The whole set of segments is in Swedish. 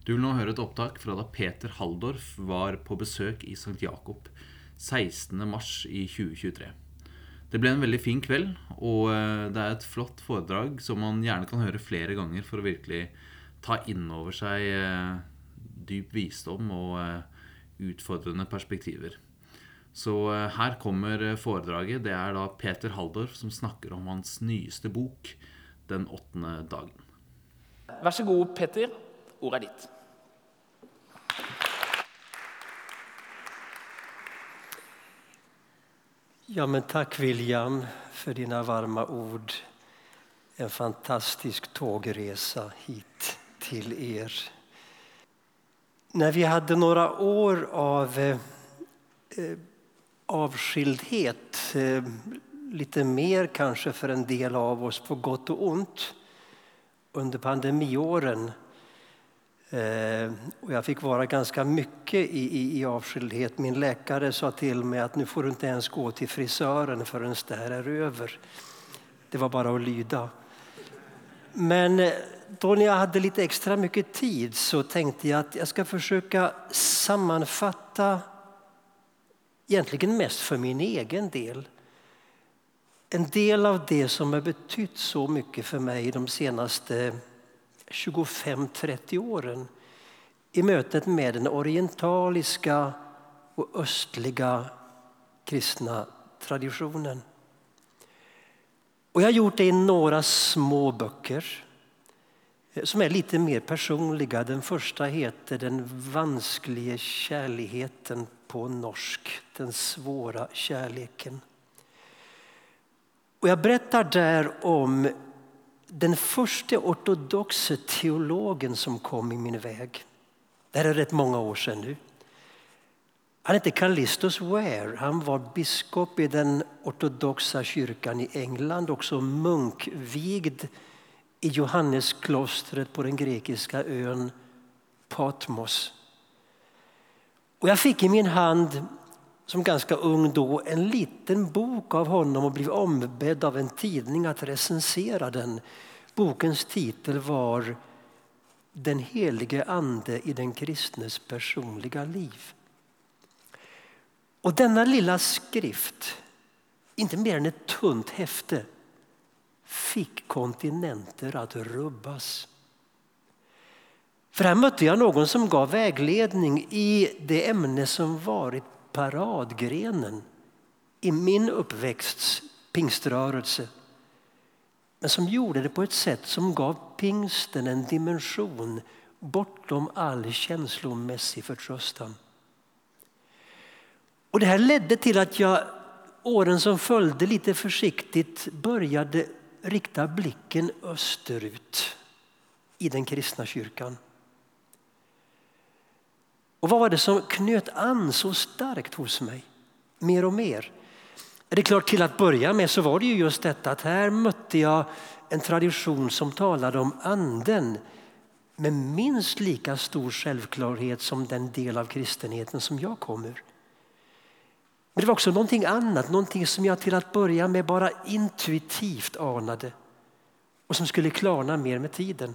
Du vil nå høre et opptak fra da Peter Halldorf var på besøk i Sankt Jakob 16. mars i 2023. Det ble en veldig fin kveld, og det er et flott foredrag som man gjerne kan høre flere ganger for å virkelig ta inn over seg dyp visdom og utfordrende perspektiver. Så her kommer foredraget. Det er da Peter Halldorf som snakker om hans nyeste bok, Den 8. dagen. Vær så god, Peter. Ordet er ditt. Ja, men tack William för dina varma ord. En fantastisk tågresa hit till er. När vi hade några år av avskildhet, lite mer kanske för en del av oss på gott och ont under pandemiåren. Och jag fick vara ganska mycket i avskildhet. Min läkare sa till mig att nu får du inte ens gå till frisören förrän det här är över. Det var bara att lyda. Men då när jag hade lite extra mycket tid så tänkte jag att jag ska försöka sammanfatta, egentligen mest för min egen del, en del av det som har betytt så mycket för mig de senaste 25-30 åren i mötet med den orientaliska och östliga kristna traditionen. Och jag har gjort det i några små böcker som är lite mer personliga. Den första heter Den vanskliga kärligheten på norsk, den svåra kärleken. Och jag berättar där om den första ortodoxa teologen som kom i min väg. Det här är rätt många år sedan nu. Han heter Callistus Ware. Han var biskop i den ortodoxa kyrkan i England. Också munkvigd i Johannesklostret på den grekiska ön Patmos. Och jag fick i min hand som ganska ung då en liten bok av honom och blev ombedd av en tidning att recensera den. Bokens titel var Den helige ande i den kristnes personliga liv. Och denna lilla skrift, inte mer än ett tunt häfte, fick kontinenter att rubbas. För här mötte jag någon som gav vägledning i det ämne som varit paradgrenen i min uppväxts pingströrelse. Men som gjorde det på ett sätt som gav pingsten en dimension bortom all känslomässig förtröstan. Och det här ledde till att jag åren som följde lite försiktigt började rikta blicken österut i den kristna kyrkan. Och vad var det som knöt an så starkt hos mig? Mer och mer. Det är klart, till att börja med så var det ju just detta att här mötte jag en tradition som talade om anden med minst lika stor självklarhet som den del av kristenheten som jag kommer. Men det var också någonting annat, någonting som jag till att börja med bara intuitivt anade och som skulle klarna mer med tiden.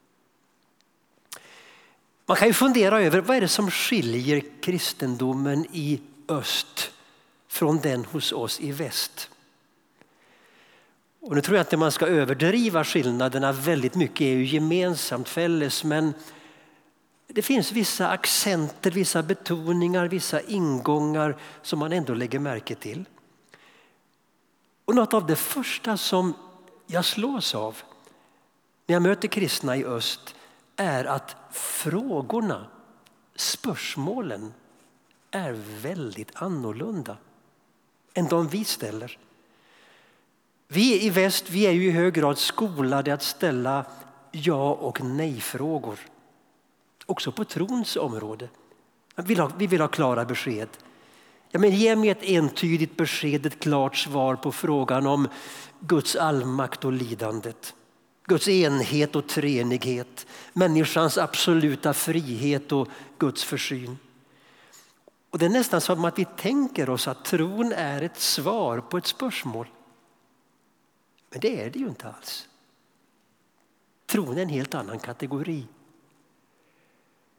Man kan ju fundera över vad är det som skiljer kristendomen i öst från den hos oss i väst. Och nu tror jag inte man ska överdriva skillnaderna. Väldigt mycket är ju gemensamt fälles, men det finns vissa accenter, vissa betoningar, vissa ingångar som man ändå lägger märke till. Och något av det första som jag slås av när jag möter kristna i öst är att frågorna, spörsmålen är väldigt annorlunda än de vi ställer. Vi i väst, vi är ju i hög grad skolade att ställa ja- och nej-frågor. Också på trons område. Vi vill ha klara besked. Ja, men ge mig ett entydigt besked, ett klart svar på frågan om Guds allmakt och lidandet. Guds enhet och treenighet. Människans absoluta frihet och Guds försyn. Och det är nästan som att vi tänker oss att tron är ett svar på ett spörsmål. Men det är det ju inte alls. Tron är en helt annan kategori.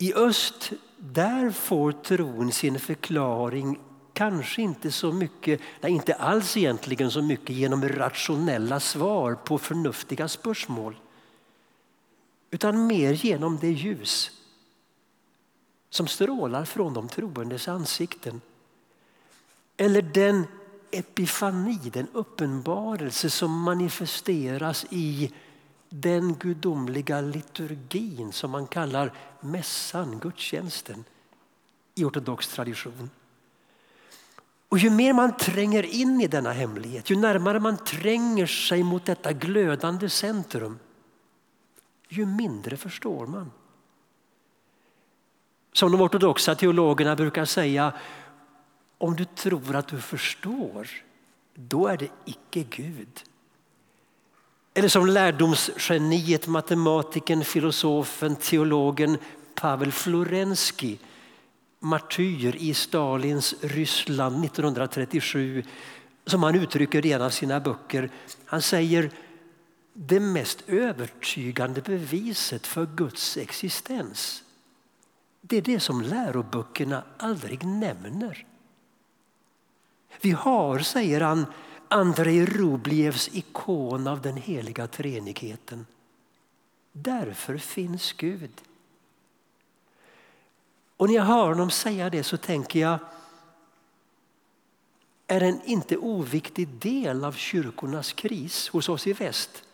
I öst, där får tron sin förklaring kanske inte så mycket, nej inte alls egentligen så mycket genom rationella svar på förnuftiga spörsmål. Utan mer genom det ljus som strålar från de troendes ansikten. Eller den epifani, den uppenbarelse som manifesteras i den gudomliga liturgin som man kallar mässan, gudstjänsten, i ortodox tradition. Och ju mer man tränger in i denna hemlighet, ju närmare man tränger sig mot detta glödande centrum, ju mindre förstår man. Som de ortodoxa teologerna brukar säga, om du tror att du förstår, då är det icke Gud. Eller som lärdomsgeniet, matematikern, filosofen, teologen Pavel Florensky, martyr i Stalins Ryssland 1937, som han uttrycker i en av sina böcker. Han säger, det mest övertygande beviset för Guds existens, det är det som läroböckerna aldrig nämner. Vi har, säger han, Andrei Rublievs ikon av den heliga treenigheten. Därför finns Gud. Och när jag hör honom säga det så tänker jag, är en inte oviktig del av kyrkornas kris hos oss i väst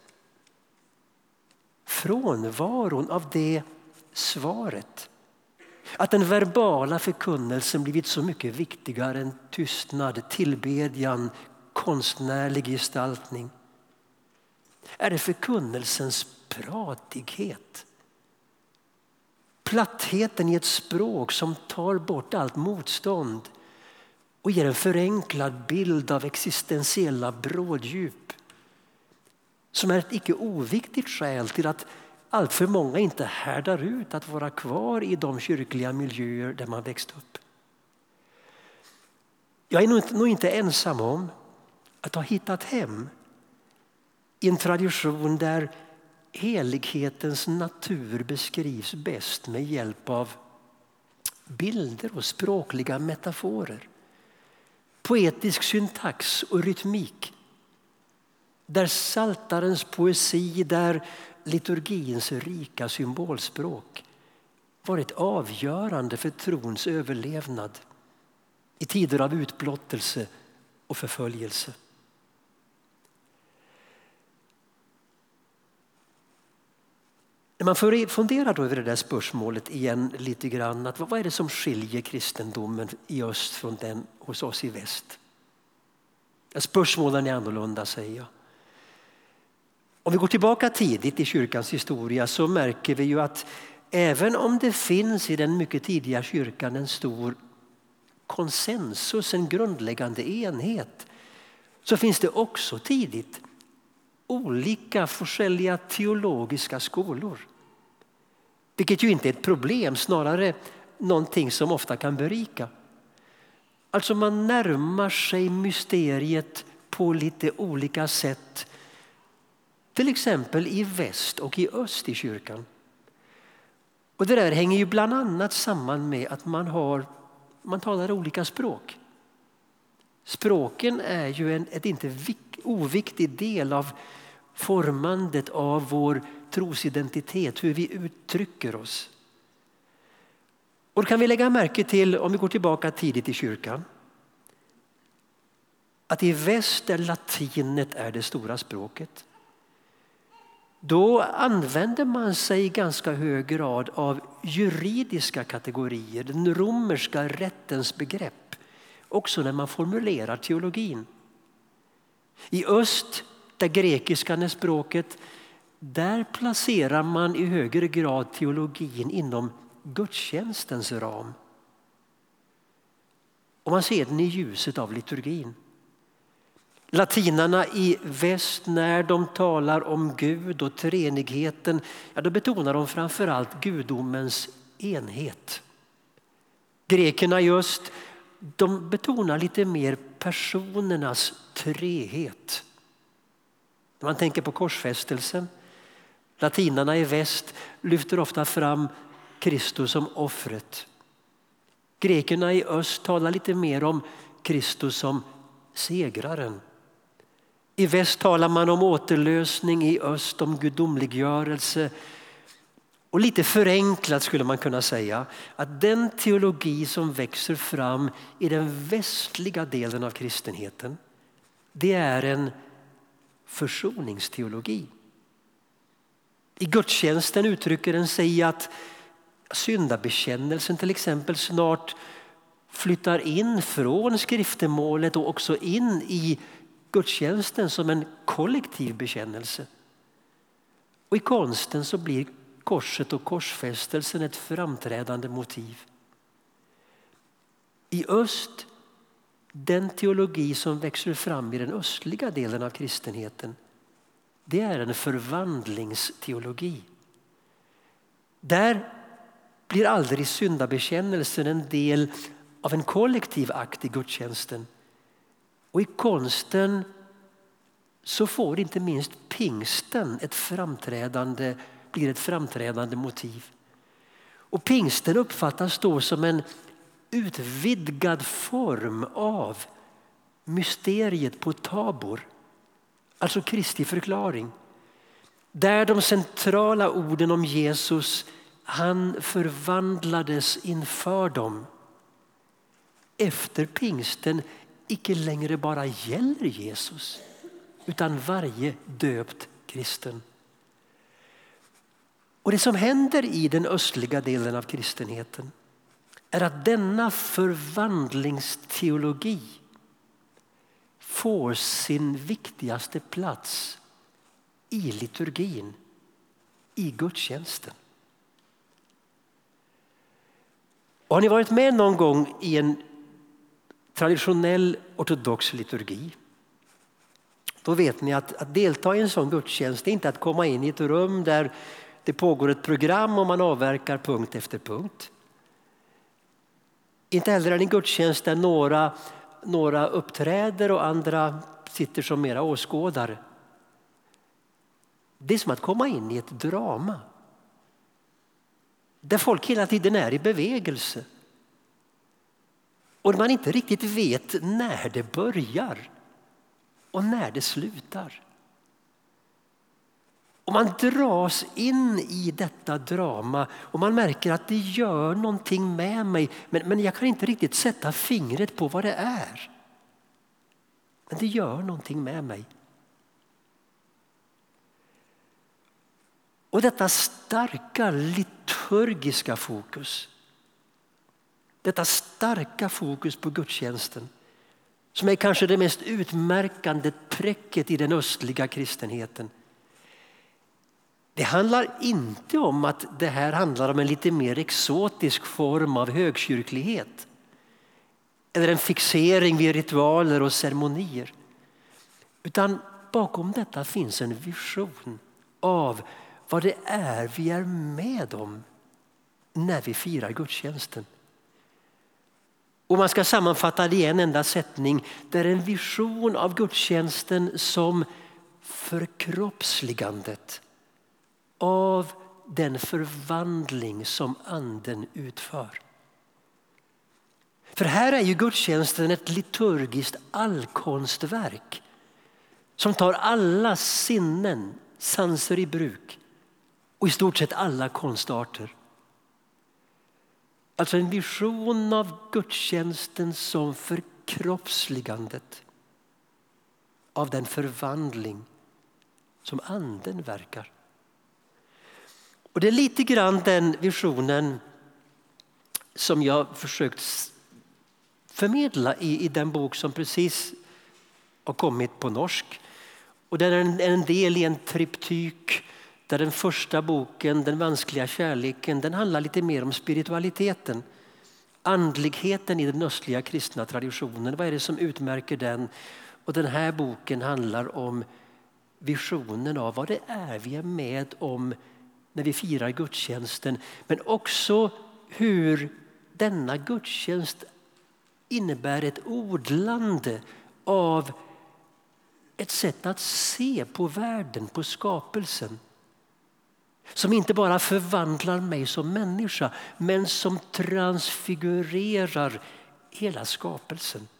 frånvaron av det svaret. Att den verbala förkunnelsen blivit så mycket viktigare än tystnad, tillbedjan, konstnärlig gestaltning. Är det förkunnelsens pratighet? Plattheten i ett språk som tar bort allt motstånd och ger en förenklad bild av existentiella bråddjup. Som är ett icke oviktigt skäl till att allt för många inte härdar ut att vara kvar i de kyrkliga miljöer där man växt upp. Jag är nog inte ensam om att ha hittat hem i en tradition där helighetens natur beskrivs bäst med hjälp av bilder och språkliga metaforer. Poetisk syntax och rytmik. Där psaltarens poesi, där liturgins rika symbolspråk varit avgörande för trons överlevnad i tider av utblottelse och förföljelse. När man funderar då över det där spörsmålet igen lite grann, att vad är det som skiljer kristendomen i öst från den hos oss i väst? Spörsmålen är annorlunda, säger jag. Om vi går tillbaka tidigt i kyrkans historia så märker vi ju att även om det finns i den mycket tidiga kyrkan en stor konsensus, en grundläggande enhet, så finns det också tidigt olika forskjelliga teologiska skolor. Vilket ju inte är ett problem, snarare någonting som ofta kan berika. Alltså man närmar sig mysteriet på lite olika sätt. Till exempel i väst och i öst i kyrkan. Och det där hänger ju bland annat samman med att man talar olika språk. Språken är ju en inte oviktig del av formandet av vår trosidentitet, hur vi uttrycker oss. Och då kan vi lägga märke till, om vi går tillbaka tidigt i kyrkan, att i väst där latinet är det stora språket, då använder man sig i ganska hög grad av juridiska kategorier, den romerska rättens begrepp, också när man formulerar teologin. I öst, där grekiskan är språket, där placerar man i högre grad teologin inom gudstjänstens ram. Och man ser den i ljuset av liturgin. Latinarna i väst, när de talar om Gud och treenigheten, då betonar de framförallt gudomens enhet. Grekerna i öst, de betonar lite mer personernas trehet. När man tänker på korsfästelsen, latinarna i väst lyfter ofta fram Kristus som offret. Grekerna i öst talar lite mer om Kristus som segraren. I väst talar man om återlösning, i öst om gudomliggörelse. Och lite förenklat skulle man kunna säga att den teologi som växer fram i den västliga delen av kristenheten, det är en försoningsteologi. I gudstjänsten uttrycker den sig att syndabekännelsen till exempel snart flyttar in från skriftemålet och också in i gudstjänsten som en kollektiv bekännelse. Och i konsten så blir korset och korsfästelsen ett framträdande motiv. I öst, den teologi som växer fram i den östliga delen av kristenheten, det är en förvandlingsteologi. Där blir aldrig syndabekännelsen en del av en kollektiv akt i gudstjänsten. Och i konsten så får inte minst pingsten blir ett framträdande motiv. Och pingsten uppfattas då som en utvidgad form av mysteriet på Tabor, alltså Kristi förklaring. Där de centrala orden om Jesus, han förvandlades inför dem. Efter pingsten icke längre bara gäller Jesus, utan varje döpt kristen. Och det som händer i den östliga delen av kristenheten är att denna förvandlingsteologi får sin viktigaste plats i liturgin, i gudstjänsten. Och har ni varit med någon gång i en traditionell ortodox liturgi, då vet ni att delta i en sån gudstjänst är inte att komma in i ett rum där det pågår ett program och man avverkar punkt efter punkt. Inte heller är det en gudstjänst där några uppträder och andra sitter som mera åskådare. Det är som att komma in i ett drama där folk hela tiden är i bevegelse. Och man inte riktigt vet när det börjar och när det slutar. Och man dras in i detta drama och man märker att det gör någonting med mig. Men jag kan inte riktigt sätta fingret på vad det är. Men det gör någonting med mig. Och detta starka liturgiska fokus, detta starka fokus på gudstjänsten, som är kanske det mest utmärkande träcket i den östliga kristenheten. Det handlar inte om att det här handlar om en lite mer exotisk form av högkyrklighet eller en fixering vid ritualer och ceremonier. Utan bakom detta finns en vision av vad det är vi är med om när vi firar gudstjänsten. Och man ska sammanfatta det i en enda sättning. Det är en vision av gudstjänsten som förkroppsligandet av den förvandling som anden utför. För här är ju gudstjänsten ett liturgiskt allkonstverk som tar alla sinnen, sanser i bruk och i stort sett alla konstarter. Alltså en vision av gudstjänsten som förkroppsligandet av den förvandling som anden verkar. Och det är lite grann den visionen som jag försökt förmedla i den bok som precis har kommit på norsk. Och den är en del i en triptyk där den första boken, Den mänskliga kärleken, den handlar lite mer om spiritualiteten. Andligheten i den östliga kristna traditionen. Vad är det som utmärker den? Och den här boken handlar om visionen av vad det är vi är med om när vi firar gudstjänsten. Men också hur denna gudstjänst innebär ett odlande av ett sätt att se på världen, på skapelsen. Som inte bara förvandlar mig som människa, men som transfigurerar hela skapelsen.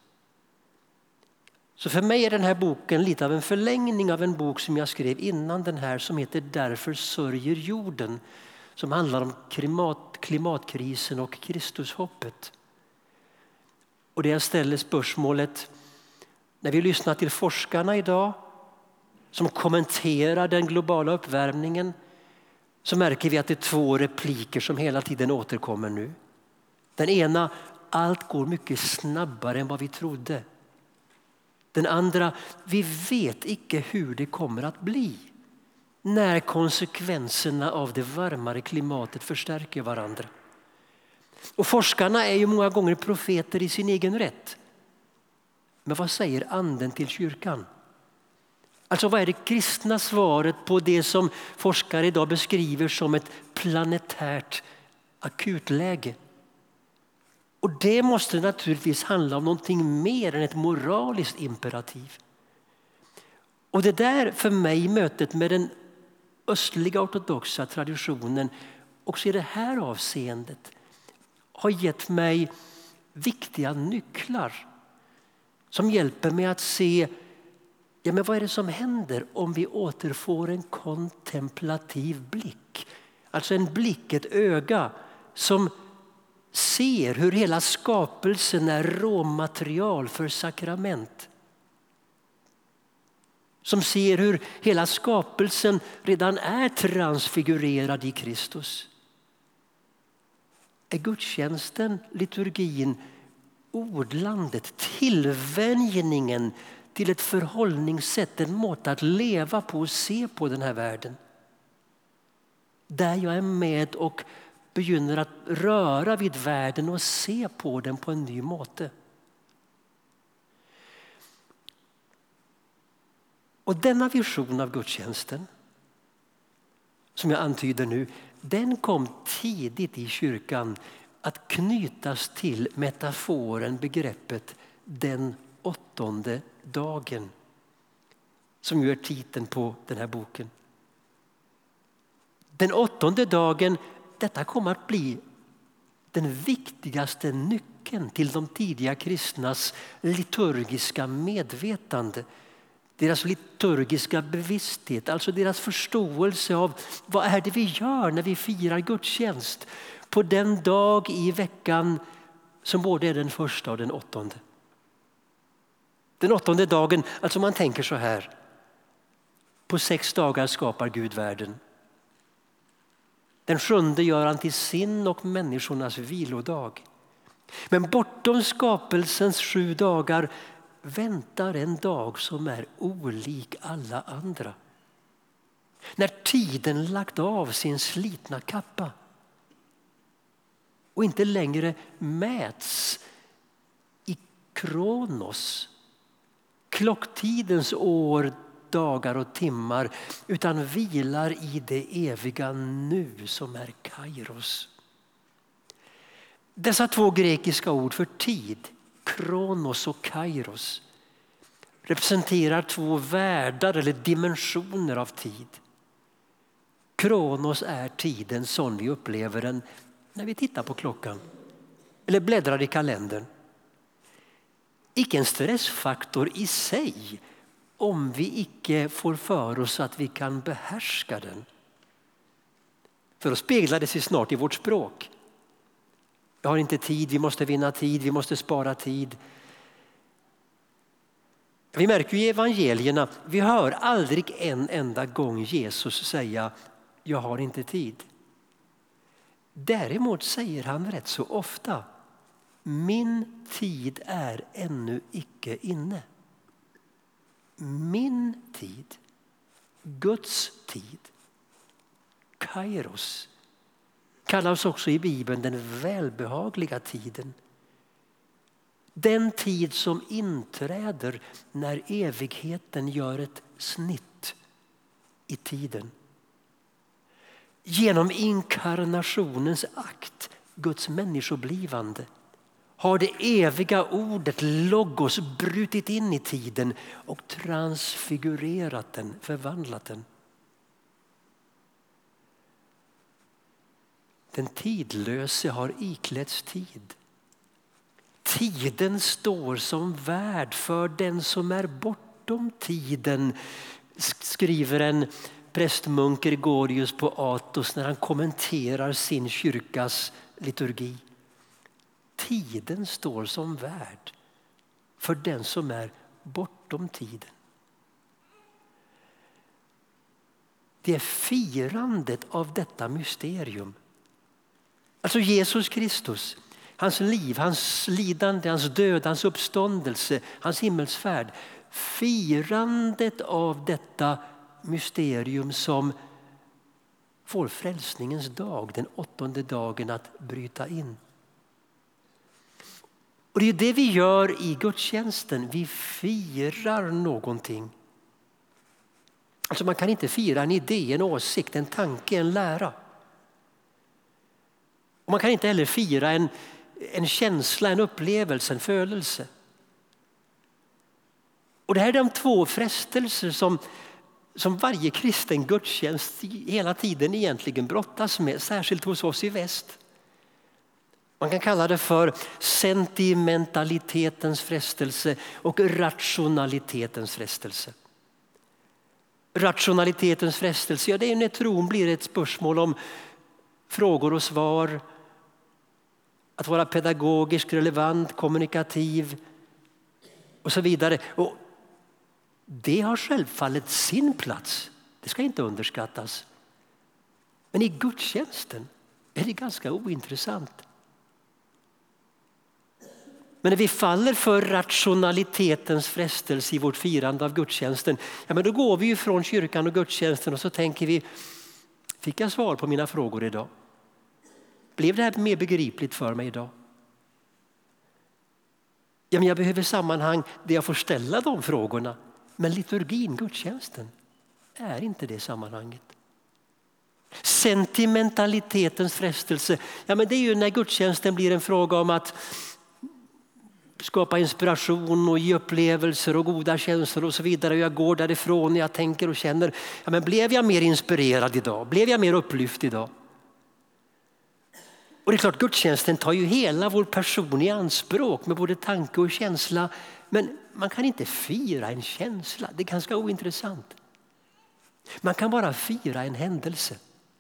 Så för mig är den här boken lite av en förlängning av en bok som jag skrev innan den här, som heter Därför sörjer jorden, som handlar om klimatkrisen och Kristushoppet. Och det jag ställer spörsmålet, när vi lyssnar till forskarna idag som kommenterar den globala uppvärmningen, så märker vi att det är två repliker som hela tiden återkommer nu. Den ena, allt går mycket snabbare än vad vi trodde. Den andra, vi vet inte hur det kommer att bli när konsekvenserna av det varmare klimatet förstärker varandra. Och forskarna är ju många gånger profeter i sin egen rätt. Men vad säger anden till kyrkan? Alltså vad är det kristna svaret på det som forskare idag beskriver som ett planetärt akutläge? Och det måste naturligtvis handla om någonting mer än ett moraliskt imperativ. Och det där för mig mötet med den östliga ortodoxa traditionen också i det här avseendet har gett mig viktiga nycklar som hjälper mig att se men vad är det som händer om vi återfår en kontemplativ blick. Alltså en blick, ett öga som ser hur hela skapelsen är råmaterial för sakrament. Som ser hur hela skapelsen redan är transfigurerad i Kristus. Är gudstjänsten, liturgin, ordlandet, tillvänjningen till ett förhållningssätt, en måte att leva på och se på den här världen. Där jag är med och begynner att röra vid världen och se på den på en ny måte. Och denna vision av gudstjänsten, som jag antyder nu, den kom tidigt i kyrkan att knytas till metaforen, begreppet den 8:e dagen, som ju är titeln på den här boken. Den 8:e dagen, detta kommer att bli den viktigaste nyckeln till de tidiga kristnas liturgiska medvetande. Deras liturgiska bevissthet, alltså deras förståelse av vad är det vi gör när vi firar gudstjänst på den dag i veckan som både är den första och den 8:e. Den 8:e dagen, alltså man tänker så här, på 6 dagar skapar Gud världen. Den 7:e gör han till sin och människornas vilodag. Men bortom skapelsens 7 dagar väntar en dag som är olik alla andra. När tiden lagt av sin slitna kappa och inte längre mäts i kronos, klocktidens år, dagar och timmar, utan vilar i det eviga nu som är kairos. Dessa 2 grekiska ord för tid, kronos och kairos, representerar 2 världar eller dimensioner av tid. Kronos är tiden som vi upplever den när vi tittar på klockan eller bläddrar i kalendern. Icke en stressfaktor i sig om vi icke får för oss att vi kan behärska den. För då speglar det sig snart i vårt språk. Jag har inte tid, vi måste vinna tid, vi måste spara tid. Vi märker ju i evangelierna, vi hör aldrig en enda gång Jesus säga jag har inte tid. Däremot säger han rätt så ofta, min tid är ännu icke inne. Min tid, Guds tid, kairos, kallas också i Bibeln den välbehagliga tiden. Den tid som inträder när evigheten gör ett snitt i tiden. Genom inkarnationens akt, Guds människoblivande, har det eviga ordet logos brutit in i tiden och transfigurerat den, förvandlat den. Den tidlöse har iklätts tid. Tiden står som värd för den som är bortom tiden, skriver en prästmunk Gregorius på Athos när han kommenterar sin kyrkas liturgi. Tiden står som värd för den som är bortom tiden. Det är firandet av detta mysterium. Alltså Jesus Kristus, hans liv, hans lidande, hans död, hans uppståndelse, hans himmelsfärd. Firandet av detta mysterium som får frälsningens dag, den 8:e dagen, att bryta in. Och det är det vi gör i gudstjänsten. Vi firar någonting. Alltså man kan inte fira en idé, en åsikt, en tanke, en lära. Och man kan inte heller fira en känsla, en upplevelse, en födelse. Och det här är de två frestelser som varje kristen gudstjänst hela tiden egentligen brottas med, särskilt hos oss i väst. Man kan kalla det för sentimentalitetens frestelse och rationalitetens frestelse. Rationalitetens frestelse, ja, det är när tron blir ett spörsmål om frågor och svar. Att vara pedagogisk, relevant, kommunikativ och så vidare. Och det har självfallet sin plats. Det ska inte underskattas. Men i gudstjänsten är det ganska ointressant. Men när vi faller för rationalitetens frestelse i vårt firande av gudstjänsten, ja, men då går vi ju från kyrkan och gudstjänsten och så tänker vi, fick jag svar på mina frågor idag? Blev det här mer begripligt för mig idag? Ja, men jag behöver sammanhang där jag får ställa de frågorna. Men liturgin, gudstjänsten, är inte det sammanhanget. Sentimentalitetens frestelse, ja, men det är ju när gudstjänsten blir en fråga om att skapa inspiration och ge upplevelser och goda känslor och så vidare. Och jag går därifrån och jag tänker och känner, ja, men blev jag mer inspirerad idag? Blev jag mer upplyft idag? Och det är klart, gudstjänsten tar ju hela vår person i anspråk med både tanke och känsla. Men man kan inte fira en känsla, det är ganska ointressant. Man kan bara fira en händelse.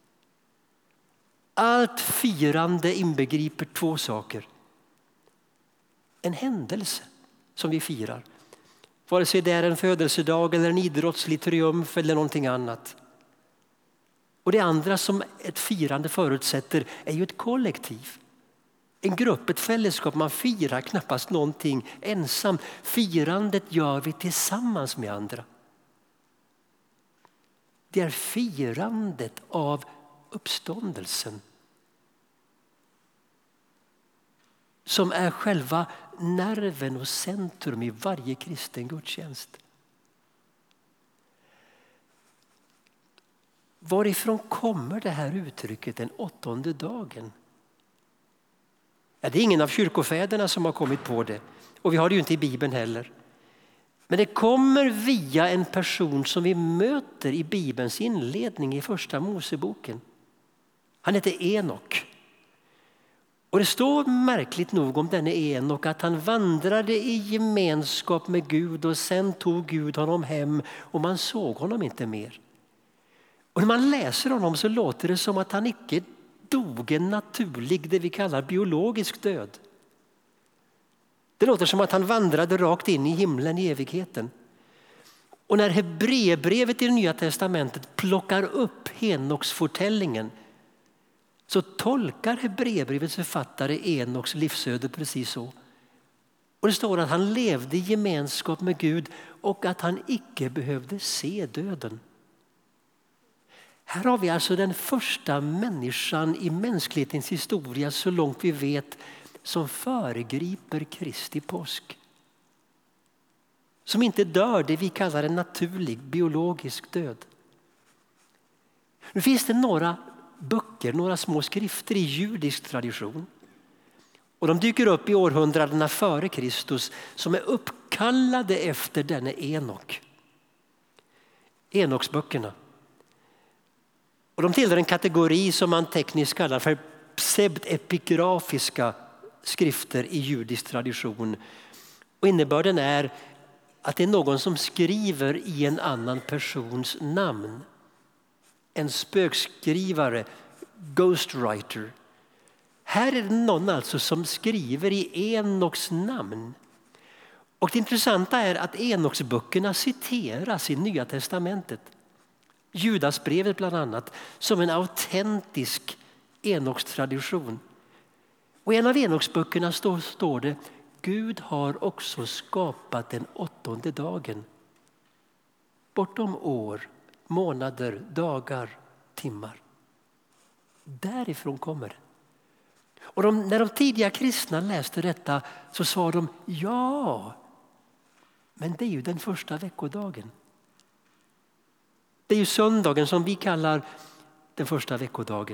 Allt firande inbegriper två saker. En händelse som vi firar. Vare sig det är en födelsedag eller en idrottslig triumf eller någonting annat. Och det andra som ett firande förutsätter är ju ett kollektiv. En grupp, ett fällskap. Man firar knappast någonting ensam. Firandet gör vi tillsammans med andra. Det är firandet av uppståndelsen som är själva nerven och centrum i varje kristen gudstjänst. Varifrån kommer det här uttrycket den 8:e dagen? Ja, det är ingen av kyrkofäderna som har kommit på det. Och vi har det ju inte i Bibeln heller. Men det kommer via en person som vi möter i Bibelns inledning i första Moseboken. Han heter Enok. Och det står märkligt nog om denne Enok att han vandrade i gemenskap med Gud och sen tog Gud honom hem och man såg honom inte mer. Och när man läser honom så låter det som att han icke dog en naturlig, det vi kallar biologisk död. Det låter som att han vandrade rakt in i himlen i evigheten. Och när Hebreerbrevet i det Nya testamentet plockar upp Enoksfortällningen så tolkar Hebreerbrevets författare Enoks livsöde precis så. Och det står att han levde i gemenskap med Gud och att han icke behövde se döden. Här har vi alltså den första människan i mänsklighetens historia så långt vi vet som föregriper Kristi påsk. Som inte dör det vi kallar en naturlig biologisk död. Nu finns det några böcker, några små skrifter i judisk tradition. Och de dyker upp i århundradena före Kristus som är uppkallade efter denne Enok. Enoksböckerna. Och de tillhör en kategori som man tekniskt kallar för pseudepigrafiska skrifter i judisk tradition. Och innebörden är att det är någon som skriver i en annan persons namn. En spökskrivare, ghostwriter. Här är det någon alltså som skriver i Enoks namn. Och det intressanta är att Enoksböckerna citeras i Nya testamentet. Judasbrevet bland annat som en autentisk Enokstradition. Och i en av Enoksböckerna står det: Gud har också skapat den 8:e dagen. Bortom år, månader, dagar, timmar. Därifrån kommer det. Och när de tidiga kristna läste detta så sa de: ja, men det är ju den första veckodagen. Det är ju söndagen som vi kallar den första veckodagen.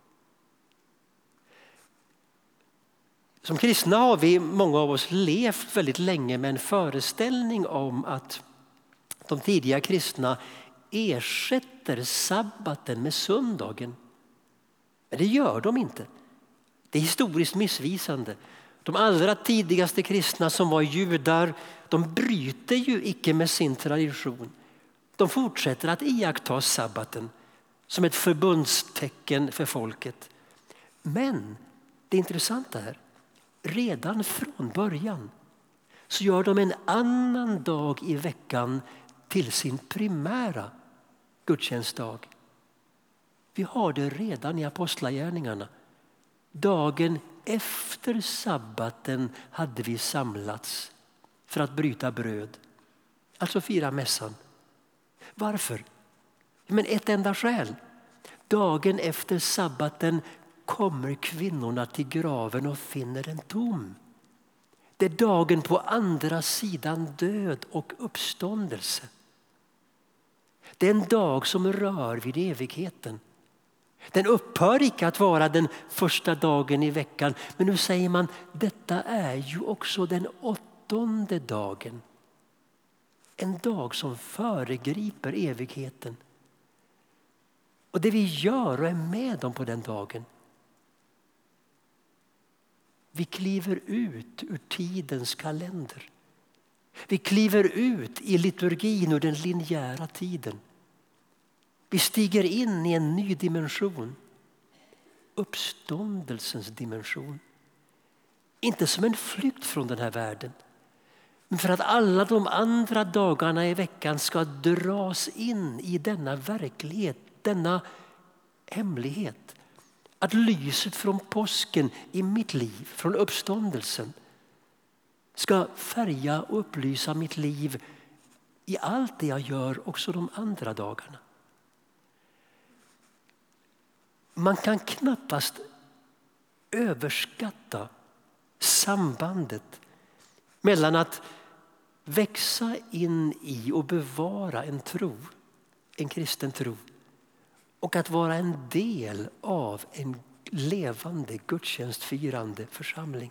Som kristna har vi, många av oss, levt väldigt länge med en föreställning om att de tidiga kristna ersätter sabbaten med söndagen. Men det gör de inte. Det är historiskt missvisande. De allra tidigaste kristna som var judar, de bryter ju icke med sin tradition. De fortsätter att iaktta sabbaten som ett förbundstecken för folket. Men det intressanta är, redan från början så gör de en annan dag i veckan till sin primära gudstjänstdag. Vi har det redan i apostlagärningarna. Dagen efter sabbaten hade vi samlats för att bryta bröd. Alltså fira mässan. Varför? Men ett enda skäl. Dagen efter sabbaten kommer kvinnorna till graven och finner den tom. Det är dagen på andra sidan död och uppståndelse. Det är en dag som rör vid evigheten. Den upphör icke att vara den första dagen i veckan. Men nu säger man, detta är ju också den 8:e dagen. En dag som föregriper evigheten. Och det vi gör och är med om på den dagen. Vi kliver ut ur tidens kalender. Vi kliver ut i liturgin ur den linjära tiden. Vi stiger in i en ny dimension. Uppståndelsens dimension. Inte som en flykt från den här världen. Men för att alla de andra dagarna i veckan ska dras in i denna verklighet. Denna hemlighet. Att lyset från påsken i mitt liv, från uppståndelsen, ska färga och upplysa mitt liv i allt det jag gör också de andra dagarna. Man kan knappast överskatta sambandet mellan att växa in i och bevara en tro, en kristen tro, och att vara en del av en levande gudstjänstfirande församling.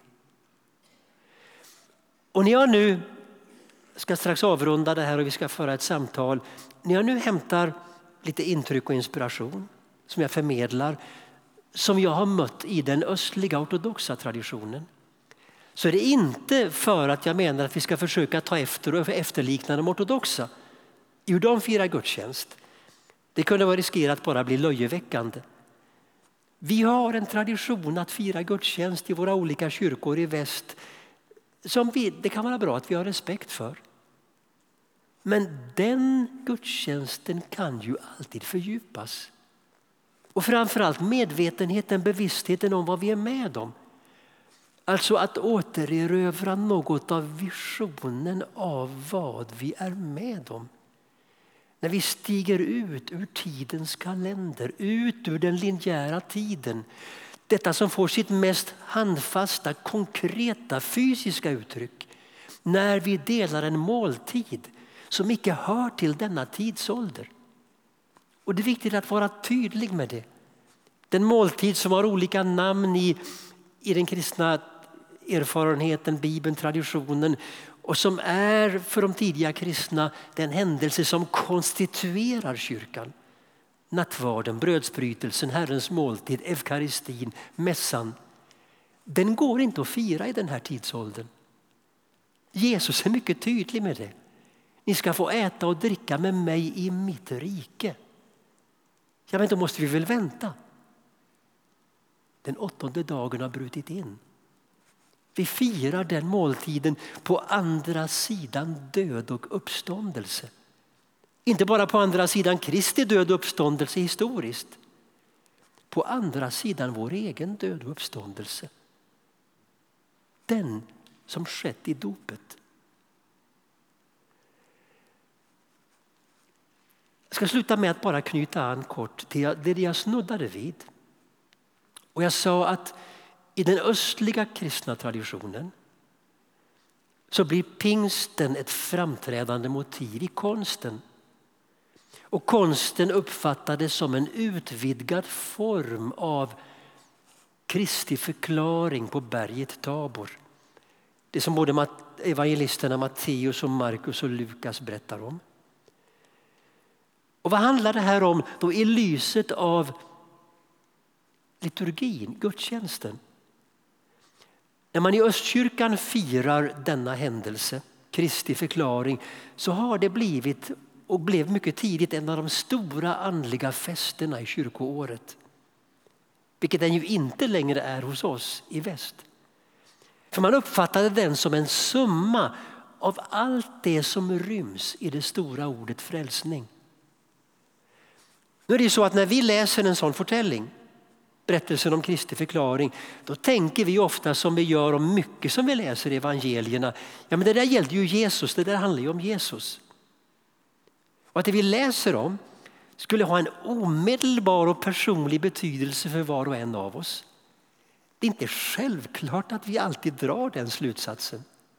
Och när jag nu ska strax avrunda det här och vi ska föra ett samtal. När jag nu hämtar lite intryck och inspiration som jag förmedlar, som jag har mött i den östliga ortodoxa traditionen, så är det inte för att jag menar att vi ska försöka ta efter och efterlikna de ortodoxa. Jo, de firar gudstjänst. Det kunde vara riskerat att bara bli löjeväckande. Vi har en tradition att fira gudstjänst i våra olika kyrkor i väst som det kan vara bra att vi har respekt för. Men den gudstjänsten kan ju alltid fördjupas. Och framförallt medvetenheten, bevisstheten om vad vi är med om. Alltså att återerövra något av visionen av vad vi är med om. När vi stiger ut ur tidens kalender, ut ur den linjära tiden. Detta som får sitt mest handfasta, konkreta, fysiska uttryck. När vi delar en måltid som icke hör till denna tidsålder. Och det är viktigt att vara tydlig med det. Den måltid som har olika namn i den kristna erfarenheten, Bibeln, traditionen. Och som är för de tidiga kristna den händelse som konstituerar kyrkan. nattvarden, brödsbrytelsen, Herrens måltid, eukaristin, mässan, den går inte att fira i den här tidsåldern. Jesus är mycket tydlig med det. Ni ska få äta och dricka med mig i mitt rike. Ja, men då måste vi väl vänta. Den 8:e dagen har brutit in. Vi firar den måltiden på andra sidan död och uppståndelse. Inte bara på andra sidan Kristi död och uppståndelse historiskt. På andra sidan vår egen död och uppståndelse. Den som skett i dopet. Jag ska sluta med att bara knyta an kort till det jag snuddade vid. Och jag sa att i den östliga kristna traditionen så blir pingsten ett framträdande motiv i konsten. Och konsten uppfattades som en utvidgad form av Kristi förklaring på berget Tabor. Det som både evangelisterna Matteus och Markus och Lukas berättar om. Och vad handlar det här om då i lyset av liturgin, gudstjänsten? När man i Östkyrkan firar denna händelse, Kristi förklaring, så har det blivit och blev mycket tidigt en av de stora andliga festerna i kyrkoåret. Vilket den ju inte längre är hos oss i väst. För man uppfattade den som en summa av allt det som ryms i det stora ordet frälsning. Nu är det så att när vi läser en sån förtällning, berättelsen om Kristi förklaring, då tänker vi ofta som vi gör om mycket som vi läser i evangelierna. Ja, men det där gällde ju Jesus, det där handlar ju om Jesus. Och att det vi läser om skulle ha en omedelbar och personlig betydelse för var och en av oss. Det är inte självklart att vi alltid drar den slutsatsen.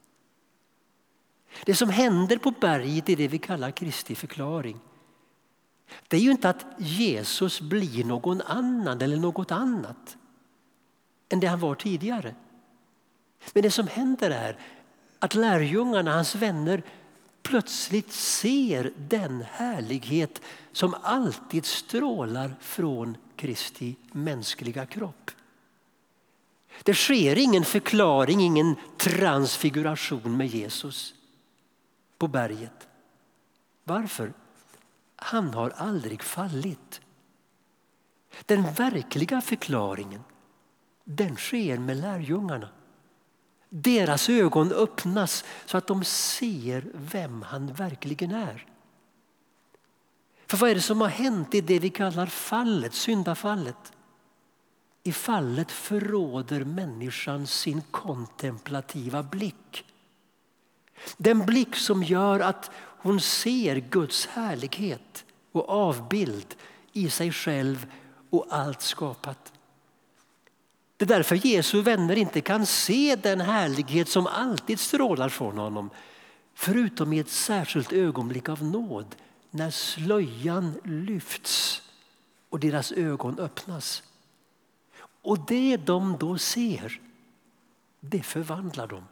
Det som händer på berget är det vi kallar Kristi förklaring. Det är ju inte att Jesus blir någon annan eller något annat än det han var tidigare. Men det som händer är att lärjungarna, hans vänner, plötsligt ser den härlighet som alltid strålar från Kristi mänskliga kropp. Det sker ingen förklaring, ingen transfiguration med Jesus på berget. Varför? Han har aldrig fallit. Den verkliga förklaringen, den sker med lärjungarna. Deras ögon öppnas så att de ser vem han verkligen är. För vad är det som har hänt i det vi kallar fallet, syndafallet? I fallet förråder människan sin kontemplativa blick. Den blick som gör att hon ser Guds härlighet och avbild i sig själv och allt skapat. Det är därför Jesu vänner inte kan se den härlighet som alltid strålar från honom. Förutom i ett särskilt ögonblick av nåd när slöjan lyfts och deras ögon öppnas. Och det de då ser, det förvandlar dem.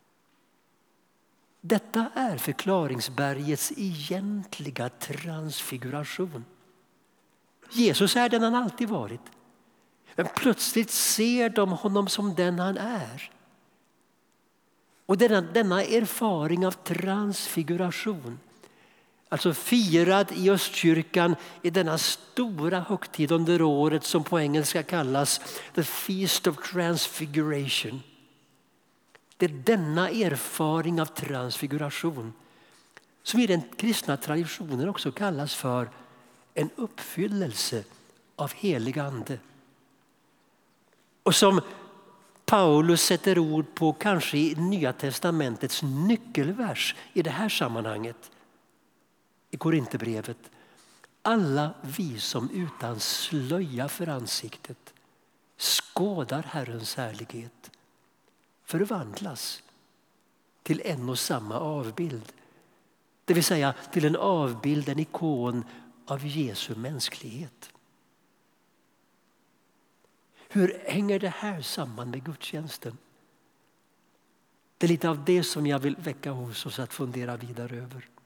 Detta är förklaringsbergets egentliga transfiguration. Jesus är den han alltid varit. Men plötsligt ser de honom som den han är. Och denna erfaring av transfiguration, alltså firad i Östkyrkan i denna stora högtid under året som på engelska kallas The Feast of Transfiguration. Det är denna erfaring av transfiguration som i den kristna traditionen också kallas för en uppfyllelse av helig ande. Och som Paulus sätter ord på kanske i Nya testamentets nyckelvers i det här sammanhanget. I Korinthierbrevet. Alla vi som utan slöja för ansiktet skådar Herrens härlighet förvandlas till en och samma avbild. Det vill säga till en avbild, en ikon av Jesu mänsklighet. Hur hänger det här samman med gudstjänsten? Det är lite av det som jag vill väcka hos oss att fundera vidare över.